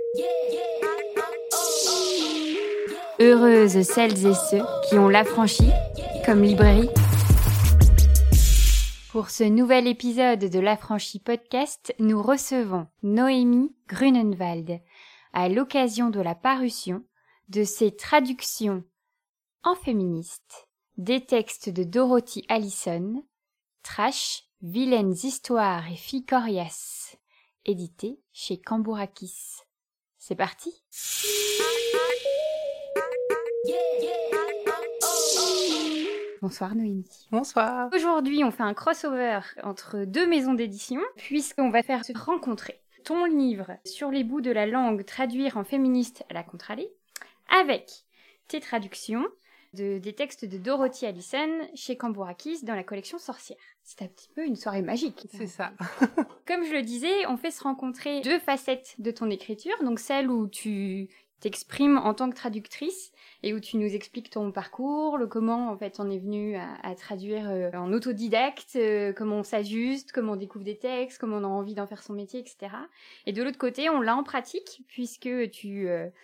Heureuses celles et ceux qui ont l'Affranchi comme librairie. Pour ce nouvel épisode de l'Affranchi podcast, nous recevons Noémie Grunenwald à l'occasion de la parution de ses traductions en féministe des textes de Dorothy Allison, Trash, vilaines histoires et filles coriaces, édité chez Cambourakis. C'est parti! Bonsoir Noémie. Bonsoir. Aujourd'hui, on fait un crossover entre deux maisons d'édition, puisqu'on va faire se rencontrer ton livre Sur les bouts de la langue, traduire en féministe à la contre-allée, avec tes traductions des textes de Dorothy Allison chez Cambourakis dans la collection Sorcière. C'est un petit peu une soirée magique. C'est ça. Comme je le disais, on fait se rencontrer deux facettes de ton écriture, donc celle où tu t'exprimes en tant que traductrice et où tu nous expliques ton parcours, comment en fait on est venu à traduire en autodidacte, comment on s'ajuste, comment on découvre des textes, comment on a envie d'en faire son métier, etc. Et de l'autre côté, on l'a en pratique puisque tu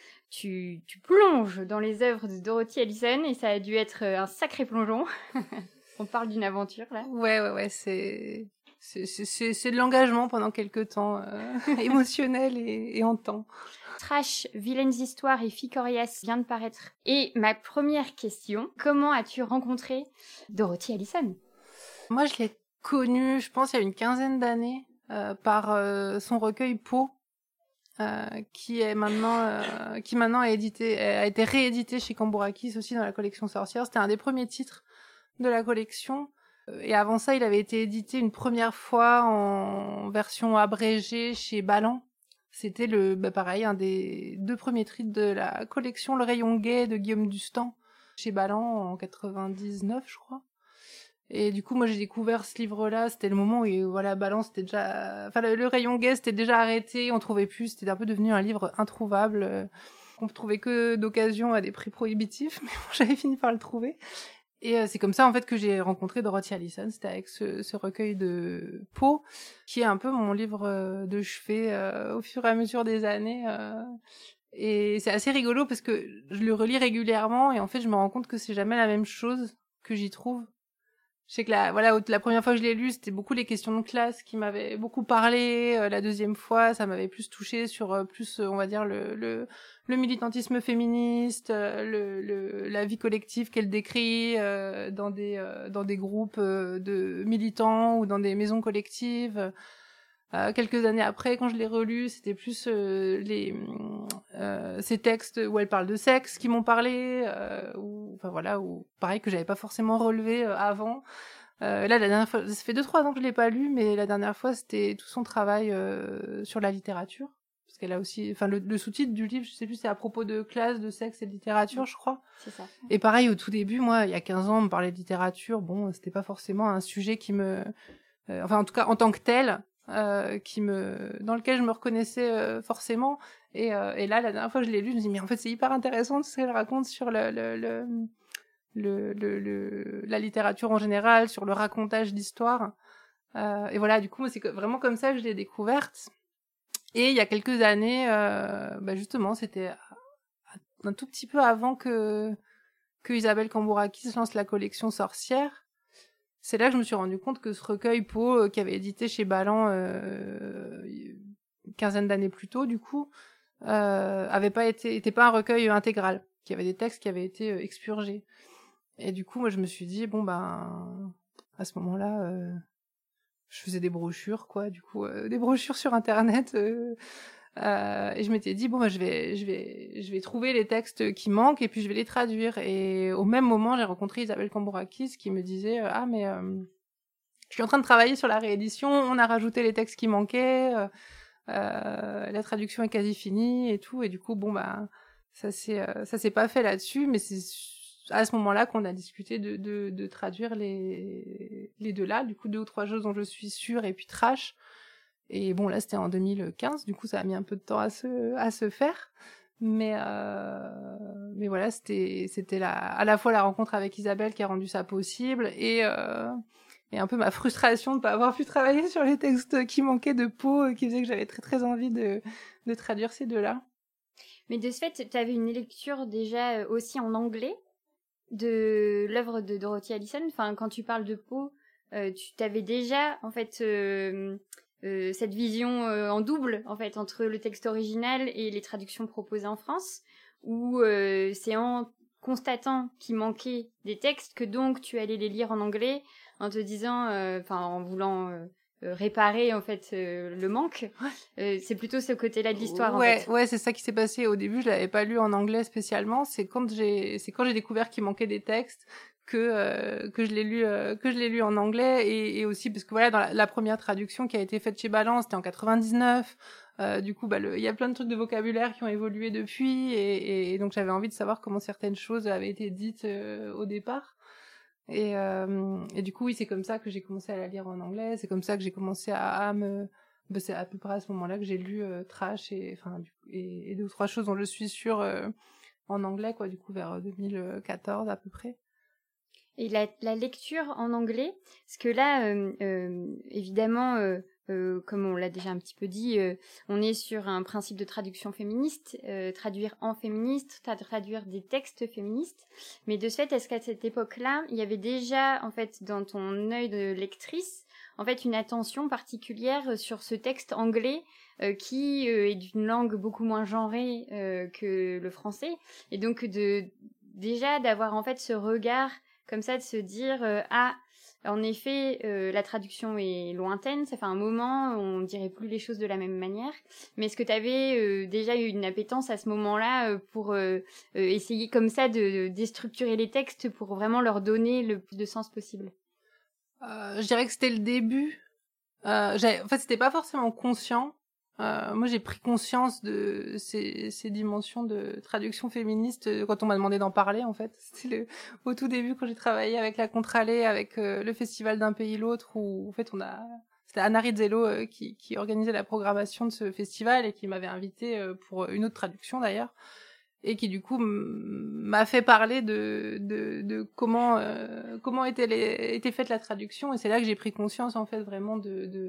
plonges dans les œuvres de Dorothy Allison et ça a dû être un sacré plongeon. On parle d'une aventure là. Ouais, c'est de l'engagement pendant quelques temps, émotionnel et en temps. Trash, vilaines histoires et filles coriaces vient de paraître. Et ma première question, comment as-tu rencontré Dorothy Allison ? Moi, je l'ai connue, je pense, il y a une quinzaine d'années, par son recueil Peau, qui maintenant a été réédité chez Cambourakis aussi dans la collection Sorcière. C'était un des premiers titres de la collection. Et avant ça, il avait été édité une première fois en version abrégée chez Ballant. C'était pareil, un des deux premiers titres de la collection Le Rayon Gay de Guillaume Dustan chez Ballant en 99, je crois. Et du coup, moi, j'ai découvert ce livre-là. C'était le moment où, Ballant, c'était déjà, le Rayon Gay, c'était déjà arrêté. On trouvait plus. C'était un peu devenu un livre introuvable. On trouvait que d'occasion à des prix prohibitifs. Mais bon, j'avais fini par le trouver. Et c'est comme ça en fait que j'ai rencontré Dorothy Allison. C'était avec ce recueil de Peau, qui est un peu mon livre de chevet au fur et à mesure des années. Et c'est assez rigolo parce que je le relis régulièrement et en fait je me rends compte que c'est jamais la même chose que j'y trouve. Je sais que la première fois que je l'ai lu, c'était beaucoup les questions de classe qui m'avaient beaucoup parlé. La deuxième fois, ça m'avait plus touchée sur on va dire le militantisme féministe, la vie collective qu'elle décrit dans des groupes de militants ou dans des maisons collectives. Quelques années après, quand je l'ai relu, c'était plus ces textes où elle parle de sexe qui m'ont parlé, ou pareil que j'avais pas forcément relevé avant. Là, la dernière fois, ça fait 2-3 ans que je l'ai pas lu, mais la dernière fois, c'était tout son travail sur la littérature. Parce qu'elle a aussi, le sous-titre du livre, je sais plus, c'est à propos de classe, de sexe et de littérature, je crois. C'est ça. Et pareil, au tout début, moi, il y a 15 ans, on me parlait de littérature. Bon, c'était pas forcément un sujet qui me, en tout cas, en tant que tel, dans lequel je me reconnaissais forcément. Et là, la dernière fois que je l'ai lu, je me suis dit, mais en fait, c'est hyper intéressant ce qu'elle raconte sur la littérature en général, sur le racontage d'histoire. Et voilà, du coup, c'est vraiment comme ça que je l'ai découverte. Et il y a quelques années, justement, c'était un tout petit peu avant que Isabelle Cambourakis lance la collection Sorcière. C'est là que je me suis rendu compte que ce recueil Peau, qui avait édité chez Ballant une quinzaine d'années plus tôt, du coup, était pas un recueil intégral, qu'il y avait des textes qui avaient été expurgés. Et du coup, moi, je me suis dit, à ce moment-là, je faisais des brochures, quoi, du coup, des brochures sur Internet, et je m'étais dit, je vais trouver les textes qui manquent et puis je vais les traduire. Et au même moment, j'ai rencontré Isabelle Cambourakis qui me disait, je suis en train de travailler sur la réédition, on a rajouté les textes qui manquaient, la traduction est quasi finie et tout. Et du coup, ça s'est pas fait là-dessus, mais c'est à ce moment-là qu'on a discuté de traduire les deux là, du coup 2 ou 3 choses dont je suis sûre, et puis Trash. Et bon, là c'était en 2015, du coup ça a mis un peu de temps à se faire, mais voilà, c'était à la fois la rencontre avec Isabelle qui a rendu ça possible, et un peu ma frustration de pas avoir pu travailler sur les textes qui manquaient de Peau, qui faisait que j'avais très très envie de traduire ces deux là. Mais de ce fait, tu avais une lecture déjà aussi en anglais de l'œuvre de Dorothy Allison. Enfin, quand tu parles de Poe, tu t'avais déjà en fait cette vision en double en fait entre le texte original et les traductions proposées en France, où c'est en constatant qu'il manquait des textes que donc tu allais les lire en anglais en te disant, enfin en voulant réparer en fait le manque. C'est plutôt ce côté-là de l'histoire en fait. Ouais, c'est ça qui s'est passé. Au début, je l'avais pas lu en anglais spécialement. C'est quand j'ai découvert qu'il manquait des textes que je l'ai lu en anglais et aussi parce que voilà, dans la première traduction qui a été faite chez Balance, c'était en 99. Du coup, il y a plein de trucs de vocabulaire qui ont évolué depuis et donc j'avais envie de savoir comment certaines choses avaient été dites au départ. Et du coup, oui, c'est comme ça que j'ai commencé à la lire en anglais. C'est comme ça que j'ai commencé à me... c'est à peu près à ce moment-là que j'ai lu Trash et deux ou trois choses dont je suis sûre en anglais, quoi, du coup, vers 2014 à peu près. Et la lecture en anglais, parce que là, évidemment, comme on l'a déjà un petit peu dit, on est sur un principe de traduction féministe, traduire en féministe, traduire des textes féministes. Mais de ce fait, est-ce qu'à cette époque-là, il y avait déjà, en fait, dans ton œil de lectrice, en fait, une attention particulière sur ce texte anglais qui est d'une langue beaucoup moins genrée que le français, et donc déjà d'avoir en fait ce regard comme ça, de se dire en effet, la traduction est lointaine, ça fait un moment, on dirait plus les choses de la même manière. Mais est-ce que tu avais déjà eu une appétence à ce moment-là pour essayer comme ça de déstructurer les textes pour vraiment leur donner le plus de sens possible? Je dirais que c'était le début. En fait, c'était pas forcément conscient. Moi, j'ai pris conscience de ces dimensions de traduction féministe quand on m'a demandé d'en parler, en fait. C'était au tout début, quand j'ai travaillé avec la Contralée, avec le festival d'un pays l'autre, où, en fait, c'était Anna Rizzello qui organisait la programmation de ce festival et qui m'avait invité pour une autre traduction, d'ailleurs. Et qui, du coup, m'a fait parler de comment était faite la traduction. Et c'est là que j'ai pris conscience, en fait, vraiment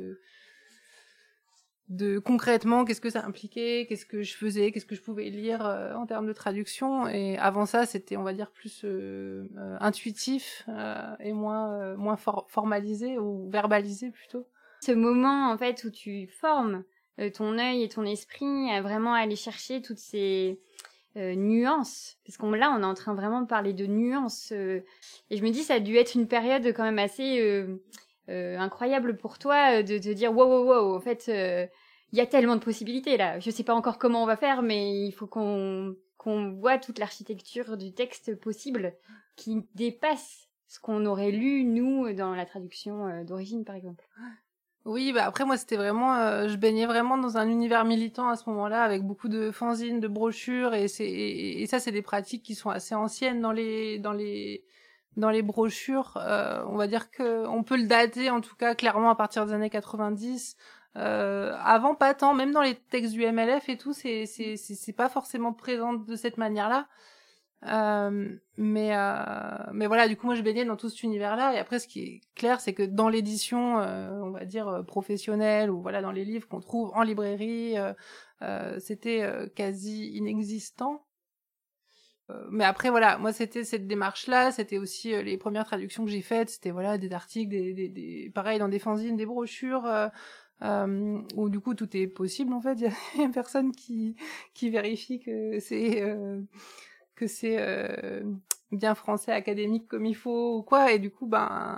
de concrètement qu'est-ce que ça impliquait, qu'est-ce que je faisais, qu'est-ce que je pouvais lire en termes de traduction. Et avant ça, c'était, on va dire, plus intuitif et moins formalisé ou verbalisé plutôt. Ce moment en fait où tu formes ton œil et ton esprit à vraiment aller chercher toutes ces nuances, parce qu'on là on est en train vraiment de parler de nuances et je me dis ça a dû être une période quand même assez incroyable pour toi de te dire wow en fait il y a tellement de possibilités là, je sais pas encore comment on va faire mais il faut qu'on voit toute l'architecture du texte possible qui dépasse ce qu'on aurait lu nous dans la traduction d'origine par exemple. Oui, après moi c'était vraiment, je baignais vraiment dans un univers militant à ce moment-là avec beaucoup de fanzines, de brochures et ça c'est des pratiques qui sont assez anciennes dans les brochures. On va dire que on peut le dater en tout cas clairement à partir des années 90. Avant pas tant, même dans les textes du MLF et tout, c'est pas forcément présent de cette manière-là. Mais voilà, du coup moi je baignais dans tout cet univers-là et après ce qui est clair c'est que dans l'édition on va dire professionnelle ou voilà dans les livres qu'on trouve en librairie c'était quasi inexistant. Mais après voilà, moi c'était cette démarche-là, c'était aussi les premières traductions que j'ai faites, c'était voilà des articles, pareil dans des fanzines, des brochures où du coup tout est possible en fait, il y a personne qui vérifie que c'est bien français académique comme il faut ou quoi et du coup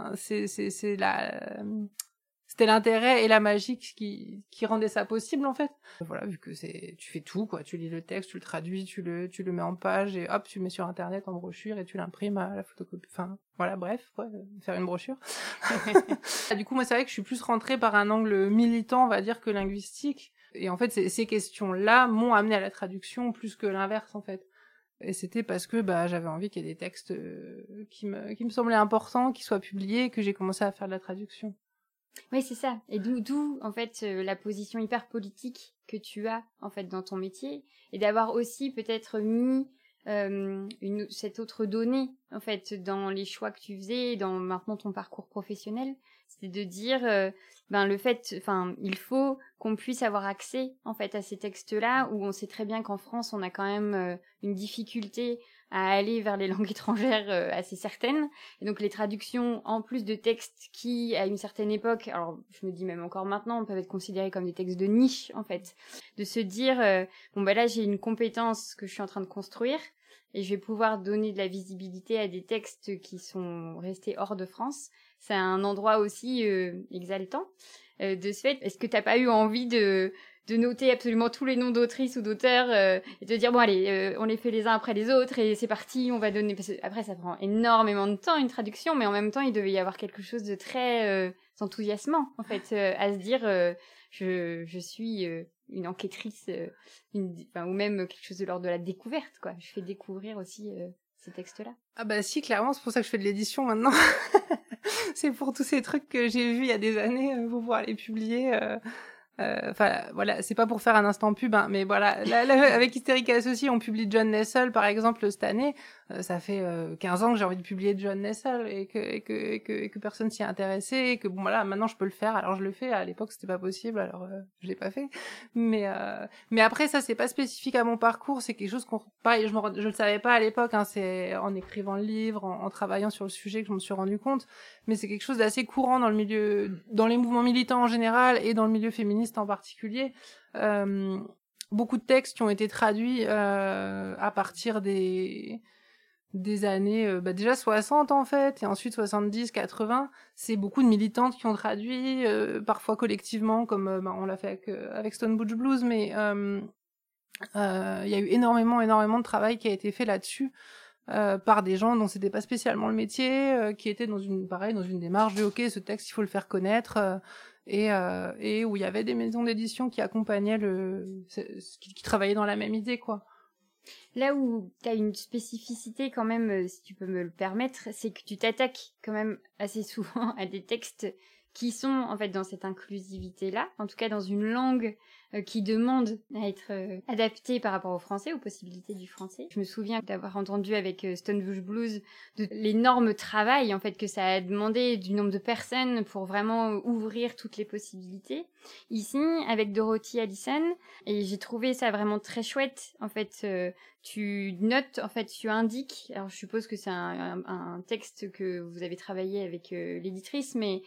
c'était l'intérêt et la magie qui rendait ça possible en fait. Voilà, vu que tu fais tout quoi, tu lis le texte, tu le traduis, tu le mets en page et hop, tu le mets sur internet en brochure et tu l'imprimes à la photocopie. Enfin, voilà, bref, quoi, faire une brochure. Du coup, moi c'est vrai que je suis plus rentrée par un angle militant, on va dire, que linguistique. Et en fait, ces questions-là m'ont amené à la traduction plus que l'inverse en fait. Et c'était parce que j'avais envie qu'il y ait des textes qui me semblaient importants, qui soient publiés, que j'ai commencé à faire de la traduction. Oui, c'est ça. Et d'où en fait la position hyper politique que tu as en fait dans ton métier et d'avoir aussi peut-être mis cette autre donnée en fait dans les choix que tu faisais, dans maintenant ton parcours professionnel, C'est de dire, le fait, il faut qu'on puisse avoir accès, en fait, à ces textes-là, où on sait très bien qu'en France, on a quand même une difficulté à aller vers les langues étrangères assez certaines. Et donc, les traductions, en plus de textes qui, à une certaine époque, alors, je me dis même encore maintenant, peuvent être considérés comme des textes de niche, en fait. De se dire, là, j'ai une compétence que je suis en train de construire, et je vais pouvoir donner de la visibilité à des textes qui sont restés hors de France. C'est un endroit aussi exaltant. De ce fait, est-ce que t'as pas eu envie de noter absolument tous les noms d'autrices ou d'auteurs et de dire, bon allez, on les fait les uns après les autres et c'est parti, on va donner... Parce que après, ça prend énormément de temps, une traduction, mais en même temps, il devait y avoir quelque chose de très enthousiasmant, en fait, à se dire, je suis... une enquêtrice, ou même quelque chose de l'ordre de la découverte, quoi. Je fais découvrir aussi ces textes-là. Ah bah si, clairement, c'est pour ça que je fais de l'édition maintenant. C'est pour tous ces trucs que j'ai vus il y a des années, pour pouvoir les publier. Voilà, c'est pas pour faire un instant pub, hein, mais voilà, là, avec Hystérique Associé, on publie John Nestle, par exemple, cette année. Ça fait 15 ans que j'ai envie de publier John Nestle et que personne s'y est intéressé, et que bon voilà, maintenant je peux le faire, alors je le fais. À l'époque, c'était pas possible, alors je l'ai pas fait. Mais après, ça c'est pas spécifique à mon parcours, c'est quelque chose pareil, je le savais pas à l'époque, hein, c'est en écrivant le livre, en travaillant sur le sujet que je me suis rendu compte. Mais c'est quelque chose d'assez courant dans le milieu, dans les mouvements militants en général et dans le milieu féministe en particulier. Beaucoup de textes qui ont été traduits à partir des années déjà 60 en fait, et ensuite 70, 80, c'est beaucoup de militantes qui ont traduit, parfois collectivement, comme on l'a fait avec Stone Butch Blues, mais il y a eu énormément de travail qui a été fait là-dessus. Par des gens dont c'était pas spécialement le métier, qui étaient dans une démarche de ok, ce texte il faut le faire connaître, et où il y avait des maisons d'édition qui accompagnaient qui travaillaient dans la même idée, quoi. Là où tu as une spécificité quand même, si tu peux me le permettre, c'est que tu t'attaques quand même assez souvent à des textes qui sont en fait dans cette inclusivité-là, en tout cas dans une langue qui demande à être adaptée par rapport au français, aux possibilités du français. Je me souviens d'avoir entendu avec Stone Butch Blues de l'énorme travail en fait que ça a demandé du nombre de personnes pour vraiment ouvrir toutes les possibilités. Ici, avec Dorothy Allison, et j'ai trouvé ça vraiment très chouette. En fait, tu notes, en fait, tu indiques. Alors, je suppose que c'est un texte que vous avez travaillé avec l'éditrice, mais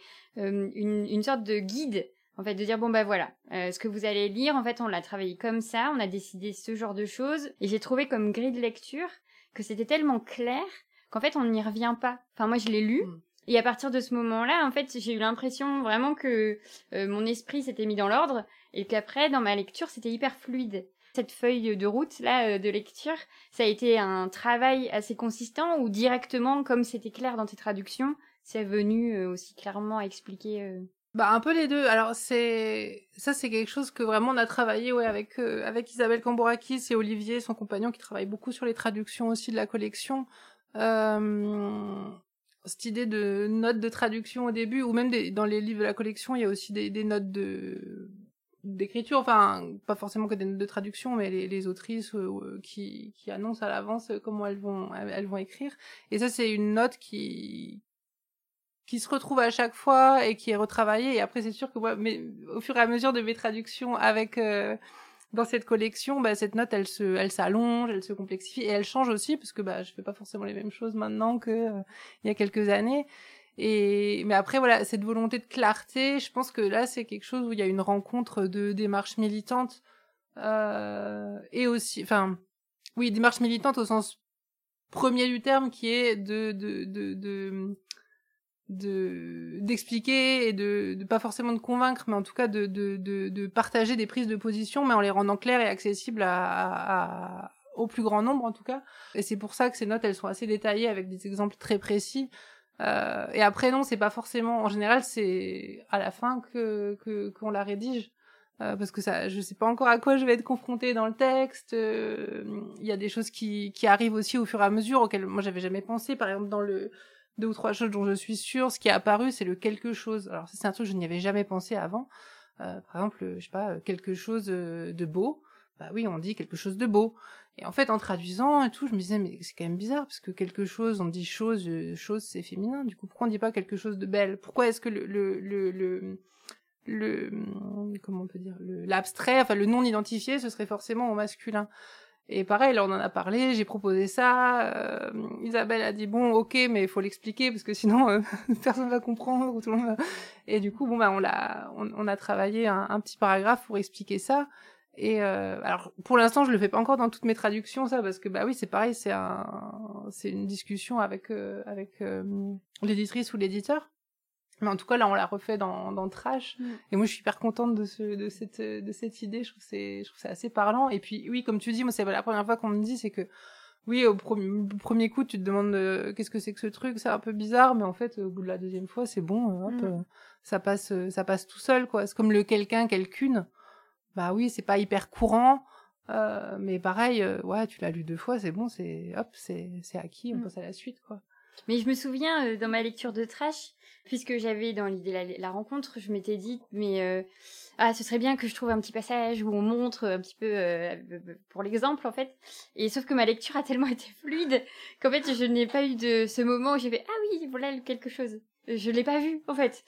une sorte de guide. En fait, de dire, voilà, ce que vous allez lire, en fait, on l'a travaillé comme ça, on a décidé ce genre de choses. Et j'ai trouvé comme grille de lecture que c'était tellement clair qu'en fait, on n'y revient pas. Enfin, moi, je l'ai lu. Et à partir de ce moment-là, en fait, j'ai eu l'impression vraiment que mon esprit s'était mis dans l'ordre et qu'après, dans ma lecture, c'était hyper fluide. Cette feuille de route, là, de lecture, ça a été un travail assez consistant ou directement, comme c'était clair dans tes traductions, c'est venu aussi clairement expliquer... Un peu les deux. Alors c'est quelque chose que vraiment on a travaillé avec Isabelle Cambourakis et Olivier, son compagnon, qui travaille beaucoup sur les traductions aussi de la collection. Cette idée de notes de traduction au début, ou même dans les livres de la collection, il y a aussi des notes d'écriture, enfin pas forcément que des notes de traduction, mais les autrices qui annoncent à l'avance comment elles vont écrire. Et ça, c'est une note qui se retrouve à chaque fois et qui est retravaillée. Et après, c'est sûr que moi, mais au fur et à mesure de mes traductions avec dans cette collection, cette note, elle s'allonge, elle se complexifie et elle change aussi, parce que je fais pas forcément les mêmes choses maintenant que il y a quelques années. Mais après, voilà, cette volonté de clarté, je pense que là, c'est quelque chose où il y a une rencontre de démarches militantes et aussi, démarche militante au sens premier du terme, qui est d'expliquer et de pas forcément de convaincre, mais en tout cas de partager des prises de position, mais en les rendant claires et accessibles au plus grand nombre, en tout cas. Et c'est pour ça que ces notes, elles sont assez détaillées avec des exemples très précis. Et après, non, c'est pas forcément, en général, c'est à la fin qu'on la rédige. Parce que ça, je sais pas encore à quoi je vais être confrontée dans le texte. Il y a des choses qui arrivent aussi au fur et à mesure, auxquelles moi j'avais jamais pensé. Par exemple, dans le 2 ou 3 choses dont je suis sûre, ce qui est apparu, c'est le quelque chose. Alors ça, c'est un truc que je n'y avais jamais pensé avant. Par exemple, je sais pas, quelque chose de beau. bah oui, on dit quelque chose de beau. Et en fait, en traduisant et tout, je me disais, mais c'est quand même bizarre, parce que quelque chose, on dit chose, chose c'est féminin, du coup, pourquoi on dit pas quelque chose de belle? Pourquoi est-ce que comment on peut dire, l'abstrait, enfin le non identifié, ce serait forcément au masculin? Et pareil, là on en a parlé, j'ai proposé ça, Isabelle a dit bon ok mais il faut l'expliquer parce que sinon personne va comprendre ou tout le monde va... Et du coup bon bah on a travaillé un petit paragraphe pour expliquer ça. Et alors pour l'instant je le fais pas encore dans toutes mes traductions ça parce que bah oui c'est pareil, c'est une discussion avec l'éditrice ou l'éditeur. Mais en tout cas, là, on l'a refait dans Trash. Et moi, je suis hyper contente de cette idée. Je trouve que c'est assez parlant. Et puis, oui, comme tu dis, moi, c'est la première fois qu'on me dit, c'est que, oui, au premier coup, tu te demandes qu'est-ce que c'est que ce truc, c'est un peu bizarre, mais en fait, au bout de la deuxième fois, c'est bon, ça passe tout seul, quoi. C'est comme le quelqu'un, quelqu'une. Bah oui, c'est pas hyper courant. Mais pareil, ouais, tu l'as lu 2 fois, c'est bon, c'est acquis, on passe à la suite, quoi. Mais je me souviens, dans ma lecture de Trash, puisque j'avais dans l'idée la rencontre, je m'étais dit, mais ce serait bien que je trouve un petit passage où on montre un petit peu, pour l'exemple, en fait. Et sauf que ma lecture a tellement été fluide qu'en fait, je n'ai pas eu de ce moment où j'ai fait, ah oui, voilà quelque chose. Je l'ai pas vu, en fait.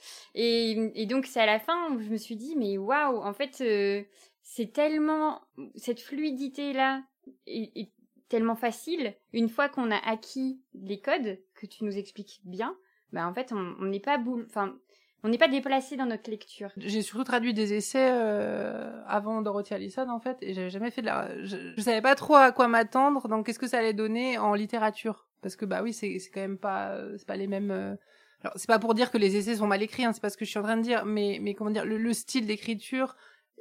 Et donc, c'est à la fin où je me suis dit, mais waouh, en fait, c'est tellement, cette fluidité-là est tellement facile, une fois qu'on a acquis les codes, que tu nous expliques bien, bah en fait, on n'est pas on n'est pas déplacé dans notre lecture. J'ai surtout traduit des essais avant Dorothy Allison, en fait, et j'avais jamais fait je savais pas trop à quoi m'attendre, donc qu'est-ce que ça allait donner en littérature. Parce que, bah oui, c'est quand même pas... c'est pas les mêmes... Alors, c'est pas pour dire que les essais sont mal écrits, hein, c'est pas ce que je suis en train de dire, mais comment dire, le style d'écriture...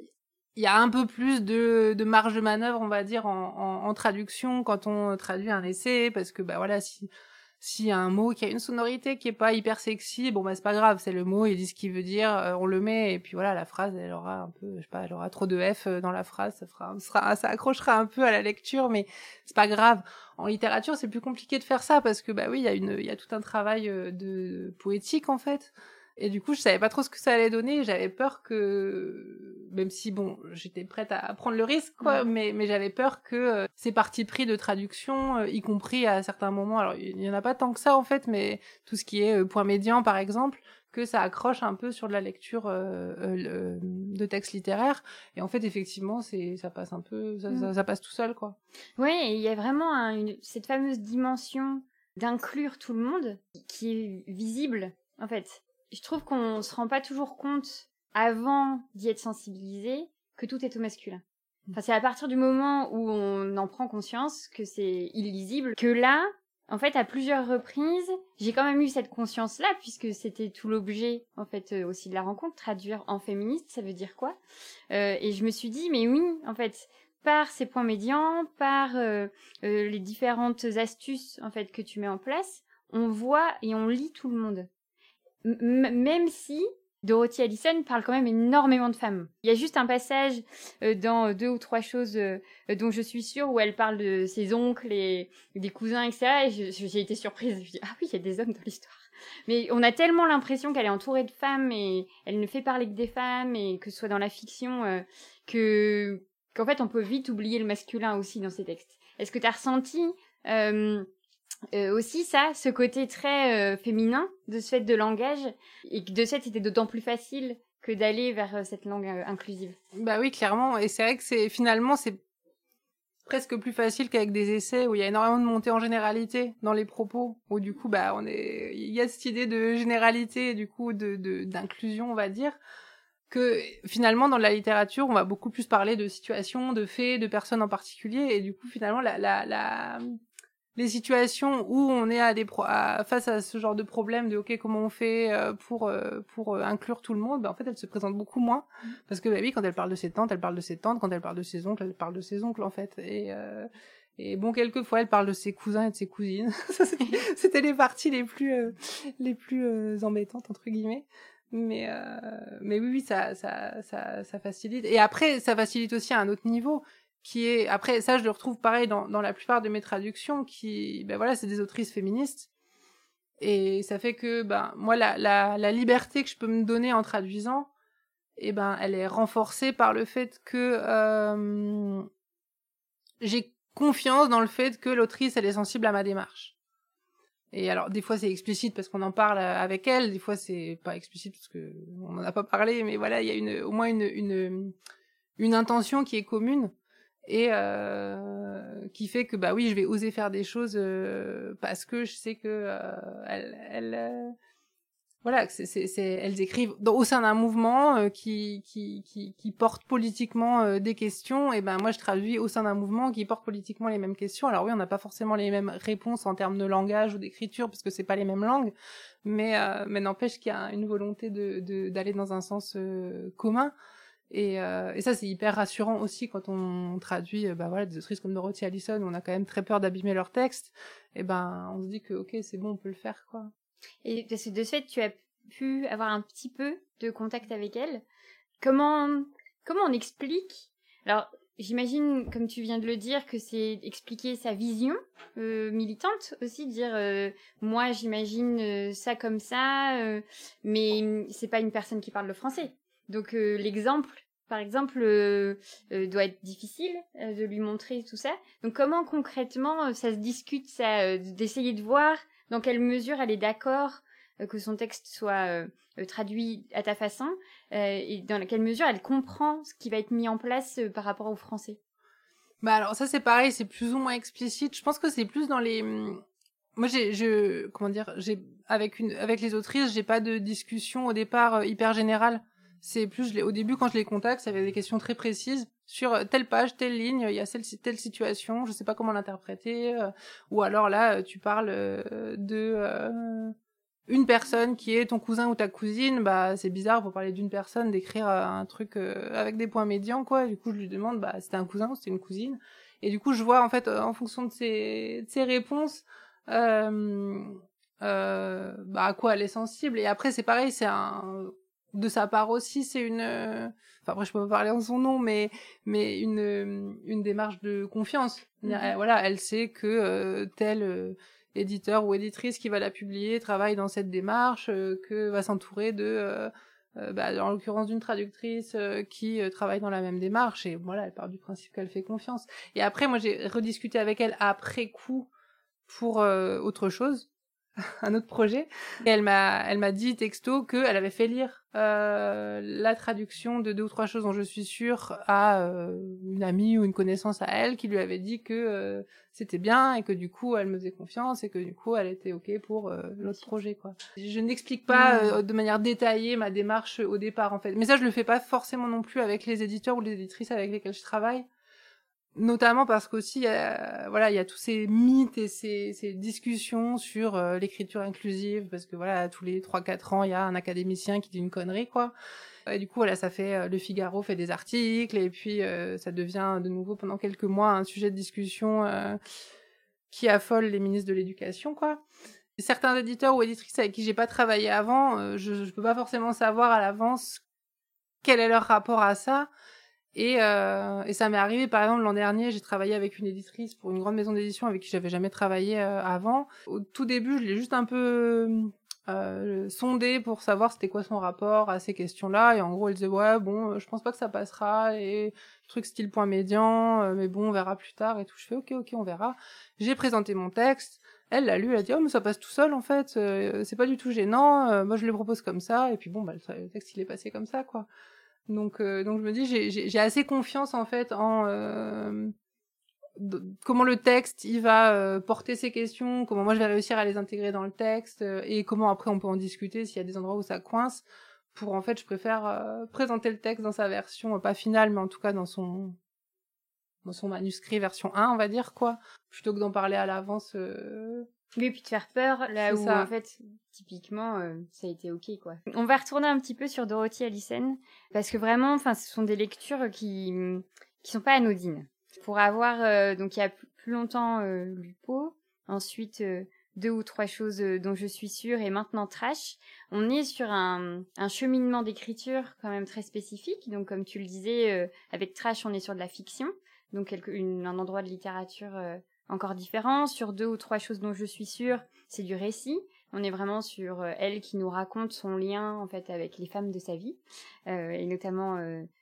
Il y a un peu plus de marge de manœuvre, on va dire, en traduction quand on traduit un essai, parce que bah voilà, si y a un mot qui a une sonorité qui est pas hyper sexy, bon bah c'est pas grave, c'est le mot, il dit ce qu'il veut dire, on le met et puis voilà, la phrase elle aura un peu, je sais pas, elle aura trop de F dans la phrase, ça accrochera un peu à la lecture, mais c'est pas grave. En littérature, c'est plus compliqué de faire ça parce que bah oui, il y a tout un travail de poétique en fait. Et du coup, je savais pas trop ce que ça allait donner. J'avais peur que, même si bon, j'étais prête à prendre le risque, quoi, mais j'avais peur que ces partis pris de traduction, y compris à certains moments, alors il y en a pas tant que ça en fait, mais tout ce qui est point médian par exemple, que ça accroche un peu sur de la lecture de textes littéraires. Et en fait, effectivement, ça passe un peu, ça passe tout seul, quoi. Ouais, et il y a vraiment cette fameuse dimension d'inclure tout le monde qui est visible, en fait. Je trouve qu'on se rend pas toujours compte, avant d'y être sensibilisé, que tout est au masculin. Enfin, c'est à partir du moment où on en prend conscience que c'est illisible, que là, en fait, à plusieurs reprises, j'ai quand même eu cette conscience-là, puisque c'était tout l'objet, en fait, aussi de la rencontre. Traduire en féministe, ça veut dire quoi? Et je me suis dit, mais oui, en fait, par ces points médians, par les différentes astuces, en fait, que tu mets en place, on voit et on lit tout le monde. Même si Dorothy Allison parle quand même énormément de femmes. Il y a juste un passage dans 2 ou 3 choses dont je suis sûre où elle parle de ses oncles et des cousins, etc. Et j'ai été surprise. Je me dis, ah oui, il y a des hommes dans l'histoire. Mais on a tellement l'impression qu'elle est entourée de femmes et elle ne fait parler que des femmes, et que ce soit dans la fiction, qu'en fait on peut vite oublier le masculin aussi dans ces textes. Est-ce que tu as ressenti aussi ça, ce côté très féminin de ce fait de langage, et que de ce fait c'était d'autant plus facile que d'aller vers cette langue inclusive? Bah oui, clairement, et c'est vrai que c'est presque plus facile qu'avec des essais où il y a énormément de montée en généralité dans les propos, où du coup bah il y a cette idée de généralité et du coup d'inclusion, on va dire, que finalement dans la littérature on va beaucoup plus parler de situations, de faits, de personnes en particulier, et du coup finalement les situations où on est face à ce genre de problème de ok, comment on fait pour inclure tout le monde, bah en fait elle se présente beaucoup moins, parce que bah oui, quand elle parle de ses tantes, elle parle de ses tantes, quand elle parle de ses oncles, elle parle de ses oncles en fait, et bon, quelquefois elle parle de ses cousins et de ses cousines. C'était les parties les plus embêtantes entre guillemets. Mais oui, ça facilite, et après ça facilite aussi à un autre niveau, qui est, après ça je le retrouve pareil dans la plupart de mes traductions, qui ben voilà, c'est des autrices féministes, et ça fait que ben moi la liberté que je peux me donner en traduisant, et ben elle est renforcée par le fait que j'ai confiance dans le fait que l'autrice, elle est sensible à ma démarche. Et alors, des fois, c'est explicite parce qu'on en parle avec elle, des fois, c'est pas explicite parce que on n'en a pas parlé, mais voilà, il y a au moins une intention qui est commune et qui fait que, bah oui, je vais oser faire des choses parce que je sais que voilà, elles écrivent au sein d'un mouvement qui porte politiquement des questions, et ben moi je traduis au sein d'un mouvement qui porte politiquement les mêmes questions. Alors oui, on n'a pas forcément les mêmes réponses en termes de langage ou d'écriture parce que c'est pas les mêmes langues, mais n'empêche qu'il y a une volonté d'aller dans un sens commun. Et ça c'est hyper rassurant aussi quand on traduit bah voilà des autrices comme Dorothy Allison où on a quand même très peur d'abîmer leur texte. Et ben on se dit que ok, c'est bon, on peut le faire quoi. Et parce que de ce fait, tu as pu avoir un petit peu de contact avec elle. Comment on explique? Alors, j'imagine, comme tu viens de le dire, que c'est expliquer sa vision militante aussi, dire moi j'imagine ça comme ça, mais c'est pas une personne qui parle le français. Donc l'exemple, par exemple, doit être difficile de lui montrer tout ça. Donc comment concrètement ça se discute, ça, d'essayer de voir dans quelle mesure elle est d'accord que son texte soit traduit à ta façon et dans quelle mesure elle comprend ce qui va être mis en place par rapport au français. Bah alors ça c'est pareil, c'est plus ou moins explicite. Je pense que c'est plus dans les moi comment dire, j'ai avec les autrices, j'ai pas de discussion au départ hyper générale. C'est plus au début quand je les contacte, ça avait des questions très précises sur telle page, telle ligne, il y a telle situation, je sais pas comment l'interpréter ou alors là tu parles de une personne qui est ton cousin ou ta cousine, bah c'est bizarre pour parler d'une personne d'écrire un truc avec des points médians quoi. Du coup je lui demande bah c'était un cousin ou c'était une cousine. Et du coup je vois en fait en fonction de ses réponses bah à quoi elle est sensible. Et après c'est pareil, c'est un de sa part aussi c'est une enfin après je peux pas parler en son nom mais une démarche de confiance. Voilà, elle sait que tel éditeur ou éditrice qui va la publier travaille dans cette démarche, que va s'entourer de bah, en l'occurrence d'une traductrice qui travaille dans la même démarche, et voilà, elle part du principe qu'elle fait confiance. Et après moi j'ai rediscuté avec elle après coup pour autre chose, un autre projet, et elle m'a dit texto que elle avait fait lire la traduction de 2 ou 3 choses dont je suis sûre à une amie ou une connaissance à elle qui lui avait dit que c'était bien et que du coup elle me faisait confiance et que du coup elle était ok pour l'autre projet quoi. Je n'explique pas de manière détaillée ma démarche au départ en fait, mais ça je le fais pas forcément non plus avec les éditeurs ou les éditrices avec lesquels je travaille. Notamment parce qu'aussi, voilà, il y a tous ces mythes et ces discussions sur l'écriture inclusive, parce que voilà, tous les 3-4 ans, il y a un académicien qui dit une connerie, quoi. Et du coup, voilà, ça fait Le Figaro fait des articles, et puis ça devient de nouveau pendant quelques mois un sujet de discussion qui affole les ministres de l'éducation, quoi. Certains éditeurs ou éditrices avec qui j'ai pas travaillé avant, je peux pas forcément savoir à l'avance quel est leur rapport à ça. Et ça m'est arrivé, par exemple, l'an dernier, j'ai travaillé avec une éditrice pour une grande maison d'édition avec qui j'avais jamais travaillé avant. Au tout début, je l'ai juste un peu sondé pour savoir c'était quoi son rapport à ces questions-là. Et en gros, elle disait, ouais, bon, je pense pas que ça passera. Et truc style point médian, mais bon, on verra plus tard et tout. Je fais, ok, on verra. J'ai présenté mon texte. Elle l'a lu, elle a dit, oh, mais ça passe tout seul, en fait. C'est pas du tout gênant. Moi, je le propose comme ça. Et puis bon, bah, le texte, il est passé comme ça, quoi. Donc je me dis j'ai assez confiance en fait en comment le texte il va porter ces questions, comment moi je vais réussir à les intégrer dans le texte et comment après on peut en discuter s'il y a des endroits où ça coince. Pour en fait je préfère présenter le texte dans sa version pas finale mais en tout cas dans son manuscrit version 1 on va dire quoi, plutôt que d'en parler à l'avance. Oui, puis de faire peur, là où, ça. En fait, typiquement, ça a été ok, quoi. On va retourner un petit peu sur Dorothy Allison, parce que vraiment, enfin, ce sont des lectures qui sont pas anodines. Pour avoir, donc il y a plus longtemps, lu Pau, ensuite 2 ou 3 choses dont je suis sûre, et maintenant Trash, on est sur un cheminement d'écriture quand même très spécifique. Donc, comme tu le disais, avec Trash, on est sur de la fiction, donc un endroit de littérature encore différent. Sur 2 ou 3 choses dont je suis sûre, c'est du récit. On est vraiment sur elle qui nous raconte son lien en fait avec les femmes de sa vie, et notamment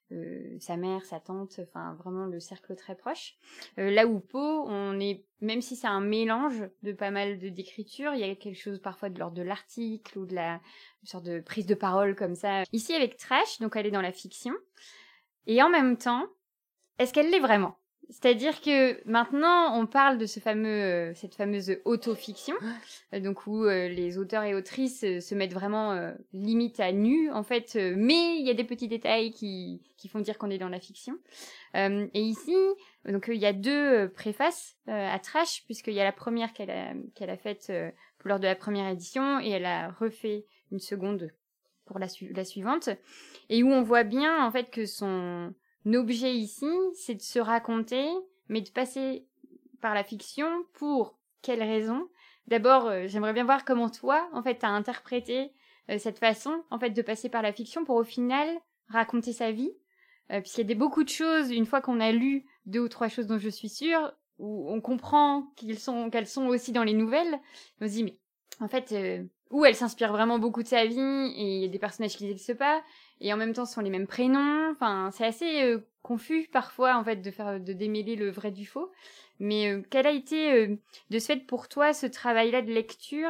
sa mère, sa tante, enfin vraiment le cercle très proche. Là où Pau, on est, même si c'est un mélange de pas mal d'écriture, il y a quelque chose parfois de l'ordre de l'article ou de une sorte de prise de parole comme ça. Ici avec Trash, donc elle est dans la fiction, et en même temps, est-ce qu'elle l'est vraiment? C'est-à-dire que maintenant, on parle de cette fameuse autofiction, donc où les auteurs et autrices se mettent vraiment limite à nu, en fait, mais il y a des petits détails qui font dire qu'on est dans la fiction. Et ici, donc il y a deux préfaces à Trash, puisqu'il y a la première qu'elle a faite lors de la première édition, et elle a refait une seconde pour la suivante, et où on voit bien en fait que son objet ici, c'est de se raconter, mais de passer par la fiction. Pour quelles raisons? D'abord, j'aimerais bien voir comment toi, en fait, t'as interprété cette façon, en fait, de passer par la fiction pour au final raconter sa vie, puisqu'il y a beaucoup de choses, une fois qu'on a lu 2 ou 3 choses dont je suis sûre, où on comprend qu'elles sont aussi dans les nouvelles, on se dit, mais en fait, où elle s'inspire vraiment beaucoup de sa vie, et il y a des personnages qui n'existent pas, et en même temps ce sont les mêmes prénoms, enfin c'est assez confus parfois en fait de démêler le vrai du faux. Mais quel a été de ce fait pour toi ce travail-là de lecture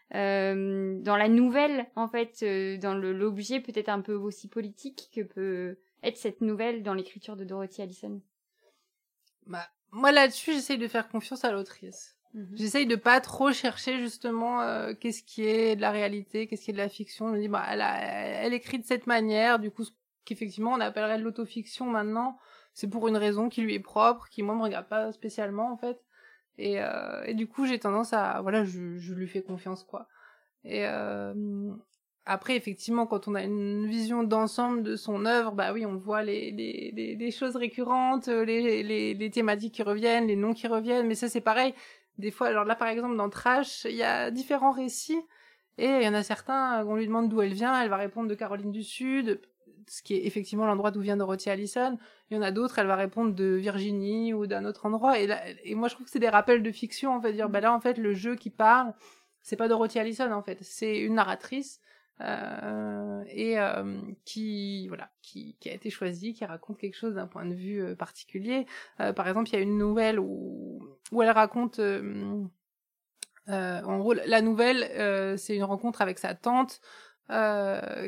dans la nouvelle en fait, dans l'objet peut-être un peu aussi politique que peut être cette nouvelle dans l'écriture de Dorothy Allison? Bah, moi là-dessus j'essaye de faire confiance à l'autrice. J'essaye de pas trop chercher justement qu'est-ce qui est de la réalité, qu'est-ce qui est de la fiction. Je me dis bah elle écrit de cette manière, du coup ce qu'effectivement on appellerait de l'autofiction maintenant, c'est pour une raison qui lui est propre, qui moi me regarde pas spécialement en fait. Et du coup j'ai tendance à voilà je lui fais confiance quoi. Et après effectivement quand on a une vision d'ensemble de son œuvre, bah oui on voit les choses récurrentes, les thématiques qui reviennent, les noms qui reviennent, mais ça c'est pareil. Des fois, alors là par exemple dans Trash, il y a différents récits et il y en a certains, on lui demande d'où elle vient, elle va répondre de Caroline du Sud, ce qui est effectivement l'endroit d'où vient Dorothy Allison. Il y en a d'autres, elle va répondre de Virginie ou d'un autre endroit. Et moi je trouve que c'est des rappels de fiction, on va dire. Bah là en fait le jeu qui parle, c'est pas Dorothy Allison en fait, c'est une narratrice qui a été choisie, qui raconte quelque chose d'un point de vue particulier. Par exemple, il y a une nouvelle où elle raconte en gros la nouvelle c'est une rencontre avec sa tante la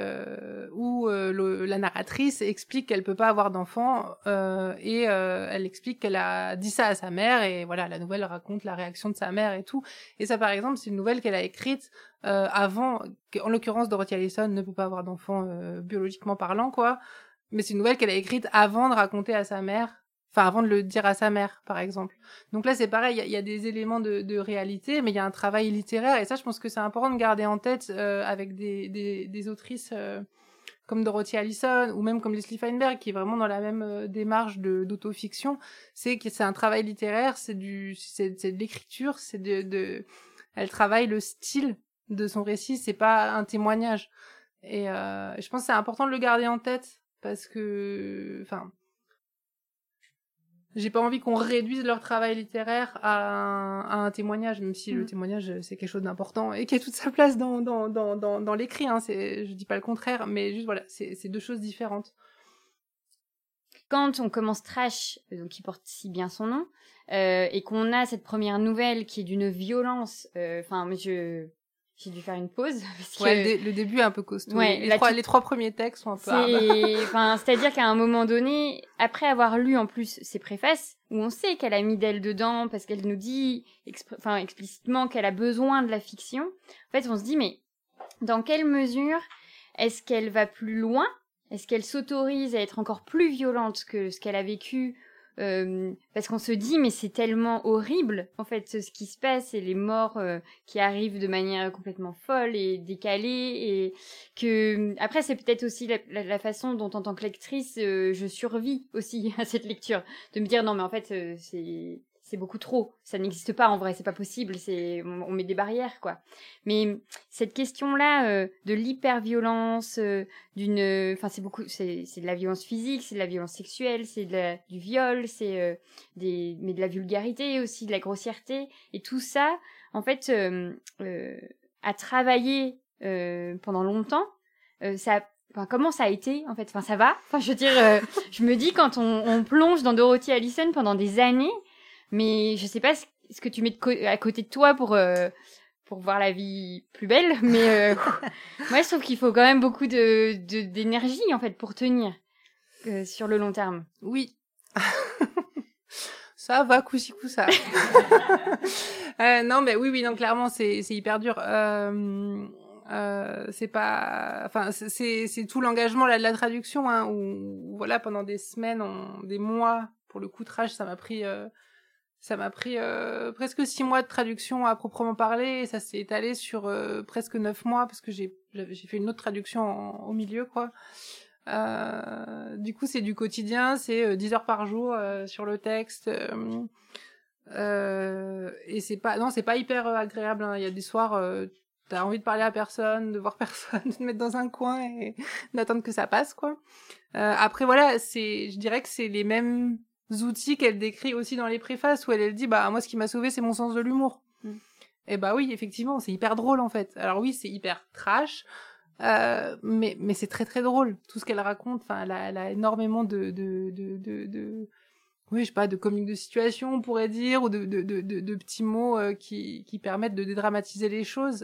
narratrice explique qu'elle peut pas avoir d'enfant elle explique qu'elle a dit ça à sa mère et voilà la nouvelle raconte la réaction de sa mère et tout. Et ça par exemple c'est une nouvelle qu'elle a écrite avant, en l'occurrence Dorothy Allison ne peut pas avoir d'enfant biologiquement parlant quoi, mais c'est une nouvelle qu'elle a écrite avant de raconter à sa mère, enfin avant de le dire à sa mère par exemple. Donc là c'est pareil, il y a des éléments de réalité, mais il y a un travail littéraire et ça je pense que c'est important de garder en tête avec des autrices comme Dorothy Allison ou même comme Leslie Feinberg qui est vraiment dans la même démarche d'autofiction, c'est que c'est un travail littéraire, c'est de l'écriture, elle travaille le style de son récit, c'est pas un témoignage. Et je pense que c'est important de le garder en tête parce que enfin j'ai pas envie qu'on réduise leur travail littéraire à un témoignage, même si le témoignage c'est quelque chose d'important et qui a toute sa place dans l'écrit, hein, je dis pas le contraire, mais juste voilà, c'est deux choses différentes. Quand on commence Trash, donc qui porte si bien son nom, et qu'on a cette première nouvelle qui est d'une violence, enfin j'ai dû faire une pause parce que le début est un peu costaud. Ouais, les trois premiers textes sont un peu hard. C'est-à-dire qu'à un moment donné, après avoir lu en plus ses préfaces, où on sait qu'elle a mis d'elle dedans parce qu'elle nous dit explicitement qu'elle a besoin de la fiction, en fait on se dit mais dans quelle mesure est-ce qu'elle va plus loin? Est-ce qu'elle s'autorise à être encore plus violente que ce qu'elle a vécu? Parce qu'on se dit mais c'est tellement horrible en fait ce qui se passe et les morts qui arrivent de manière complètement folle et décalée, et que après c'est peut-être aussi la façon dont en tant que lectrice je survis aussi à cette lecture, de me dire non mais en fait c'est beaucoup trop, ça n'existe pas en vrai, c'est pas possible, on met des barrières quoi. Mais cette question-là de l'hyperviolence, c'est de la violence physique, c'est de la violence sexuelle, c'est du viol, mais de la vulgarité aussi, de la grossièreté, et tout ça, en fait, à travailler pendant longtemps, comment ça a été en fait? Enfin, ça va? Enfin, je veux dire, je me dis quand on plonge dans Dorothy Allison pendant des années, mais je sais pas ce que tu mets à côté de toi pour voir la vie plus belle, mais moi je trouve qu'il faut quand même beaucoup d'énergie en fait pour tenir sur le long terme. Oui. Ça va, coup-ci, coup-ça. Non, mais oui, non, clairement, c'est hyper dur. C'est pas, enfin, c'est tout l'engagement là de la traduction, hein, où voilà, pendant des semaines, des mois, pour le coup, Trash, ça m'a pris presque 6 mois de traduction à proprement parler, et ça s'est étalé sur presque 9 mois, parce que j'ai fait une autre traduction au milieu, quoi. Du coup, c'est du quotidien, c'est 10 heures par jour sur le texte. Et c'est pas hyper agréable, hein. Il y a des soirs, t'as envie de parler à personne, de voir personne, de te mettre dans un coin et d'attendre que ça passe, quoi. Après, voilà, je dirais que c'est les mêmes outils qu'elle décrit aussi dans les préfaces, où elle dit, bah, moi, ce qui m'a sauvé, c'est mon sens de l'humour. Et bah oui, effectivement, c'est hyper drôle, en fait. Alors oui, c'est hyper trash, mais c'est très très drôle, tout ce qu'elle raconte. Enfin, elle a énormément oui, je sais pas, de comiques de situation, on pourrait dire, ou de petits mots qui permettent de dédramatiser les choses.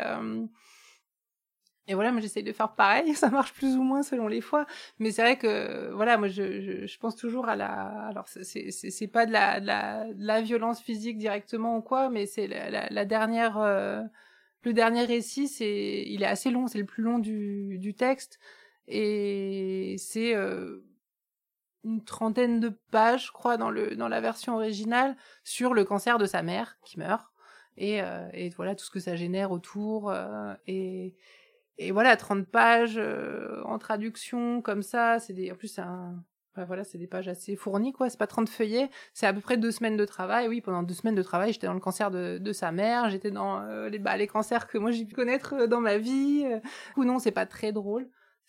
Et voilà, moi j'essaye de faire pareil, ça marche plus ou moins selon les fois, mais c'est vrai que voilà, moi je pense toujours à alors c'est pas de la violence physique directement ou quoi, mais c'est la dernière le dernier récit, il est assez long, c'est le plus long du texte, et c'est une trentaine de pages, je crois, dans la version originale, sur le cancer de sa mère qui meurt, et voilà tout ce que ça génère autour, et voilà, 30 pages en traduction comme ça, en plus voilà, c'est des pages assez fournies, quoi, c'est pas 30 feuillets, c'est à peu près 2 semaines de travail. Oui, pendant 2 semaines de travail, j'étais dans le cancer de sa mère, j'étais dans les cancers que moi j'ai pu connaître dans ma vie, ou non, c'est pas très drôle.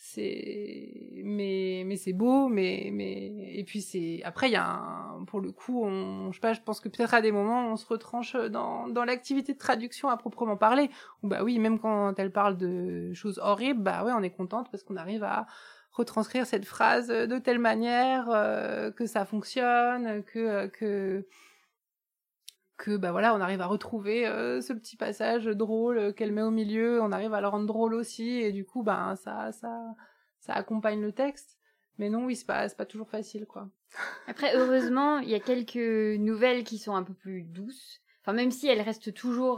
Mais c'est beau, et puis après il y a pour le coup, je sais pas, je pense que peut-être à des moments on se retranche dans l'activité de traduction à proprement parler, ou bah oui, même quand elle parle de choses horribles, bah ouais, on est contente parce qu'on arrive à retranscrire cette phrase de telle manière que ça fonctionne, que bah voilà, on arrive à retrouver ce petit passage drôle qu'elle met au milieu, on arrive à le rendre drôle aussi, et du coup ben ça accompagne le texte. Mais non, oui, c'est pas toujours facile, quoi. Après, heureusement, il y a quelques nouvelles qui sont un peu plus douces. Enfin, même si elles restent toujours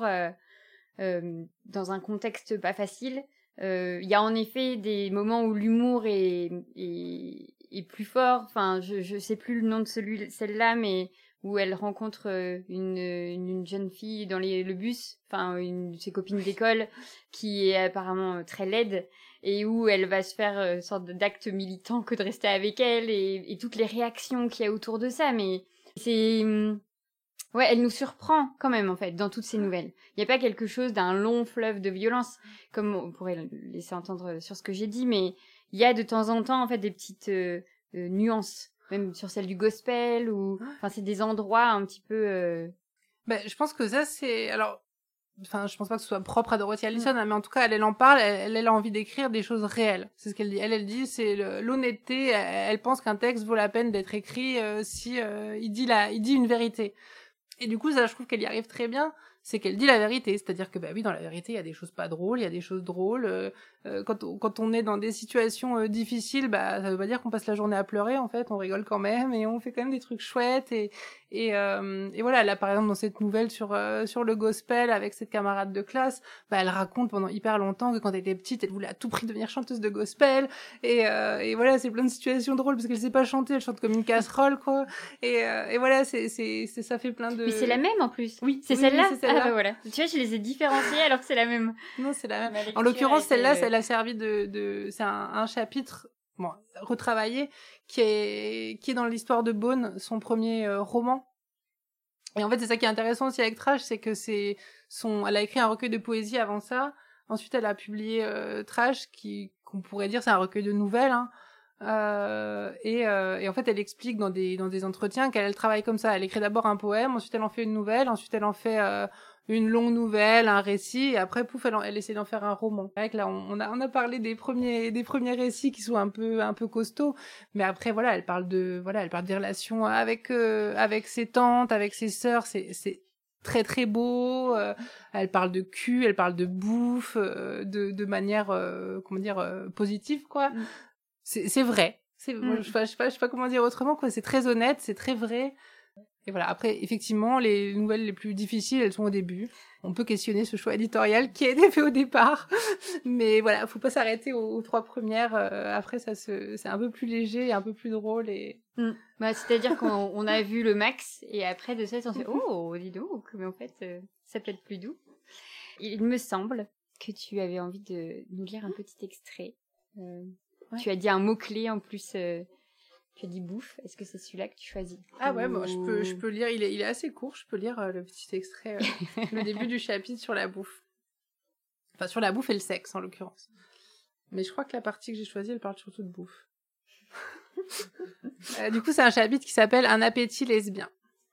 dans un contexte pas facile, il y a en effet des moments où l'humour est plus fort. Enfin, je sais plus le nom de celle-là, mais où elle rencontre une jeune fille dans le bus, enfin une de ses copines d'école, qui est apparemment très laide, et où elle va se faire une sorte d'acte militant que de rester avec elle, et toutes les réactions qu'il y a autour de ça. Mais c'est... Ouais, elle nous surprend quand même, en fait, dans toutes ces nouvelles. Il n'y a pas quelque chose d'un long fleuve de violence, comme on pourrait le laisser entendre sur ce que j'ai dit, mais il y a de temps en temps, en fait, des petites nuances, même sur celle du gospel, ou... Enfin, c'est des endroits un petit peu... Ben, je pense que ça, c'est... Alors, enfin, je pense pas que ce soit propre à Dorothy Allison, hein, mais en tout cas, elle en parle, elle a envie d'écrire des choses réelles. C'est ce qu'elle dit. Elle dit, c'est l'honnêteté. Elle pense qu'un texte vaut la peine d'être écrit si il dit une vérité. Et du coup, ça, je trouve qu'elle y arrive très bien, c'est qu'elle dit la vérité. C'est-à-dire que, bah oui, dans la vérité, il y a des choses pas drôles, il y a des choses drôles. Quand on est dans des situations difficiles, bah, ça veut pas dire qu'on passe la journée à pleurer, en fait. On rigole quand même, et on fait quand même des trucs chouettes. Et voilà, là, par exemple, dans cette nouvelle sur le gospel, avec cette camarade de classe, bah, elle raconte pendant hyper longtemps que quand elle était petite, elle voulait à tout prix devenir chanteuse de gospel. Et voilà, c'est plein de situations drôles, parce qu'elle sait pas chanter, elle chante comme une casserole, quoi. Et voilà, ça fait plein de... Mais c'est la même, en plus. Oui, c'est oui, celle-là. oui, c'est celle-là. Ah bah voilà. Tu vois, je les ai différenciées alors que c'est la même. Non, c'est la même. En l'occurrence, celle-là, elle a servi c'est un chapitre, bon, retravaillé, qui est dans l'histoire de Beaune, son premier roman. Et en fait, c'est ça qui est intéressant aussi avec Trash, c'est que elle a écrit un recueil de poésie avant ça. Ensuite, elle a publié Trash, qu'on pourrait dire c'est un recueil de nouvelles, hein. Et en fait, elle explique dans des entretiens qu'elle travaille comme ça. Elle écrit d'abord un poème, ensuite elle en fait une nouvelle, ensuite elle en fait une longue nouvelle, un récit, et après pouf, elle essaie d'en faire un roman. C'est vrai que là, on a parlé des premiers récits qui sont un peu costauds, mais après voilà, elle parle des relations avec ses tantes, avec ses sœurs. C'est très très beau. Elle parle de cul, elle parle de bouffe, de manière positive, quoi. C'est vrai. Moi, je sais pas comment dire autrement, quoi. C'est très honnête, c'est très vrai. Et voilà. Après, effectivement, les nouvelles les plus difficiles, elles sont au début. On peut questionner ce choix éditorial qui a été fait au départ. Mais voilà, faut pas s'arrêter aux 3 premières. Après, c'est un peu plus léger et un peu plus drôle et... c'est-à-dire qu'on a vu le max et après de ça, on fait « Oh, dis donc, mais en fait, ça peut être plus doux. » Il me semble que tu avais envie de nous lire un petit extrait. Ouais. Tu as dit un mot-clé en plus... Tu as dit bouffe, est-ce que c'est celui-là que tu choisis? Ah ouais, moi je peux lire, il est assez court, je peux lire le petit extrait, le début du chapitre sur la bouffe. Enfin, sur la bouffe et le sexe, en l'occurrence. Mais je crois que la partie que j'ai choisie, elle parle surtout de bouffe. Du coup, c'est un chapitre qui s'appelle « Un appétit lesbien ».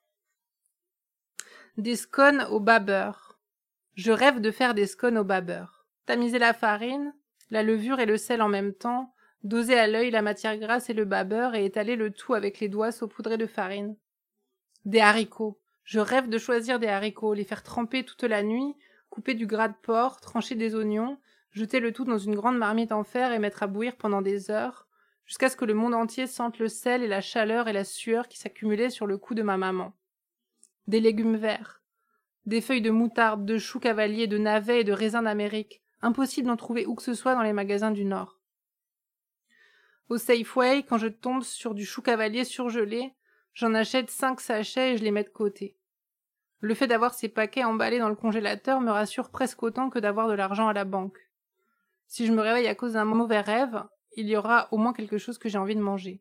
Des scones au bas beurre. Je rêve de faire des scones au bas beurre. Tamiser la farine, la levure et le sel en même temps, doser à l'œil la matière grasse et le bas beurre et étaler le tout avec les doigts saupoudrés de farine. Des haricots. Je rêve de choisir des haricots, les faire tremper toute la nuit, couper du gras de porc, trancher des oignons, jeter le tout dans une grande marmite en fer et mettre à bouillir pendant des heures, jusqu'à ce que le monde entier sente le sel et la chaleur et la sueur qui s'accumulaient sur le cou de ma maman. Des légumes verts. Des feuilles de moutarde, de choux cavaliers, de navets et de raisins d'Amérique. Impossible d'en trouver où que ce soit dans les magasins du Nord. Au Safeway, quand je tombe sur du chou cavalier surgelé, j'en achète 5 sachets et je les mets de côté. Le fait d'avoir ces paquets emballés dans le congélateur me rassure presque autant que d'avoir de l'argent à la banque. Si je me réveille à cause d'un mauvais rêve, il y aura au moins quelque chose que j'ai envie de manger.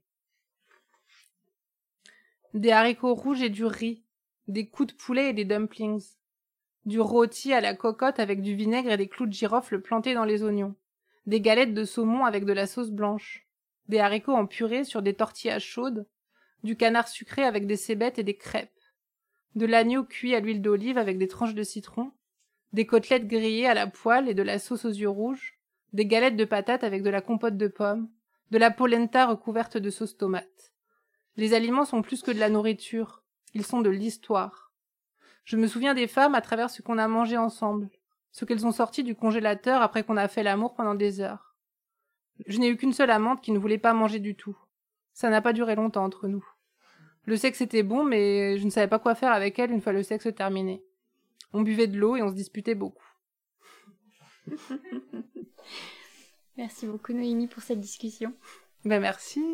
Des haricots rouges et du riz, des coups de poulet et des dumplings, du rôti à la cocotte avec du vinaigre et des clous de girofle plantés dans les oignons, des galettes de saumon avec de la sauce blanche, des haricots en purée sur des tortillas chaudes, du canard sucré avec des cébettes et des crêpes, de l'agneau cuit à l'huile d'olive avec des tranches de citron, des côtelettes grillées à la poêle et de la sauce aux yeux rouges, des galettes de patates avec de la compote de pommes, de la polenta recouverte de sauce tomate. Les aliments sont plus que de la nourriture, ils sont de l'histoire. Je me souviens des femmes à travers ce qu'on a mangé ensemble, ce qu'elles ont sorti du congélateur après qu'on a fait l'amour pendant des heures. Je n'ai eu qu'une seule amante qui ne voulait pas manger du tout. Ça n'a pas duré longtemps entre nous. Le sexe était bon, mais je ne savais pas quoi faire avec elle une fois le sexe terminé. On buvait de l'eau et on se disputait beaucoup. Merci beaucoup Noémie pour cette discussion. Ben merci.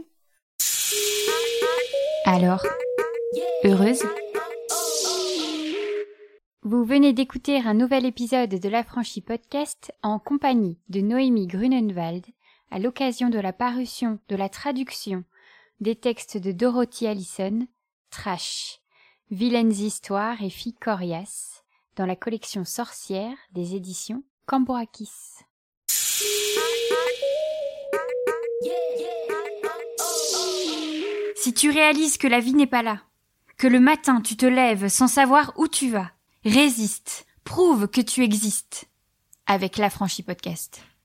Alors, heureuse ? Vous venez d'écouter un nouvel épisode de l'Affranchi Podcast en compagnie de Noémie Grunenwald à l'occasion de la parution de la traduction des textes de Dorothy Allison, Trash, Vilaines histoires et filles coriaces, dans la collection Sorcières des éditions Cambourakis. Si tu réalises que la vie n'est pas là, que le matin tu te lèves sans savoir où tu vas, résiste, prouve que tu existes avec l'Affranchi Podcast.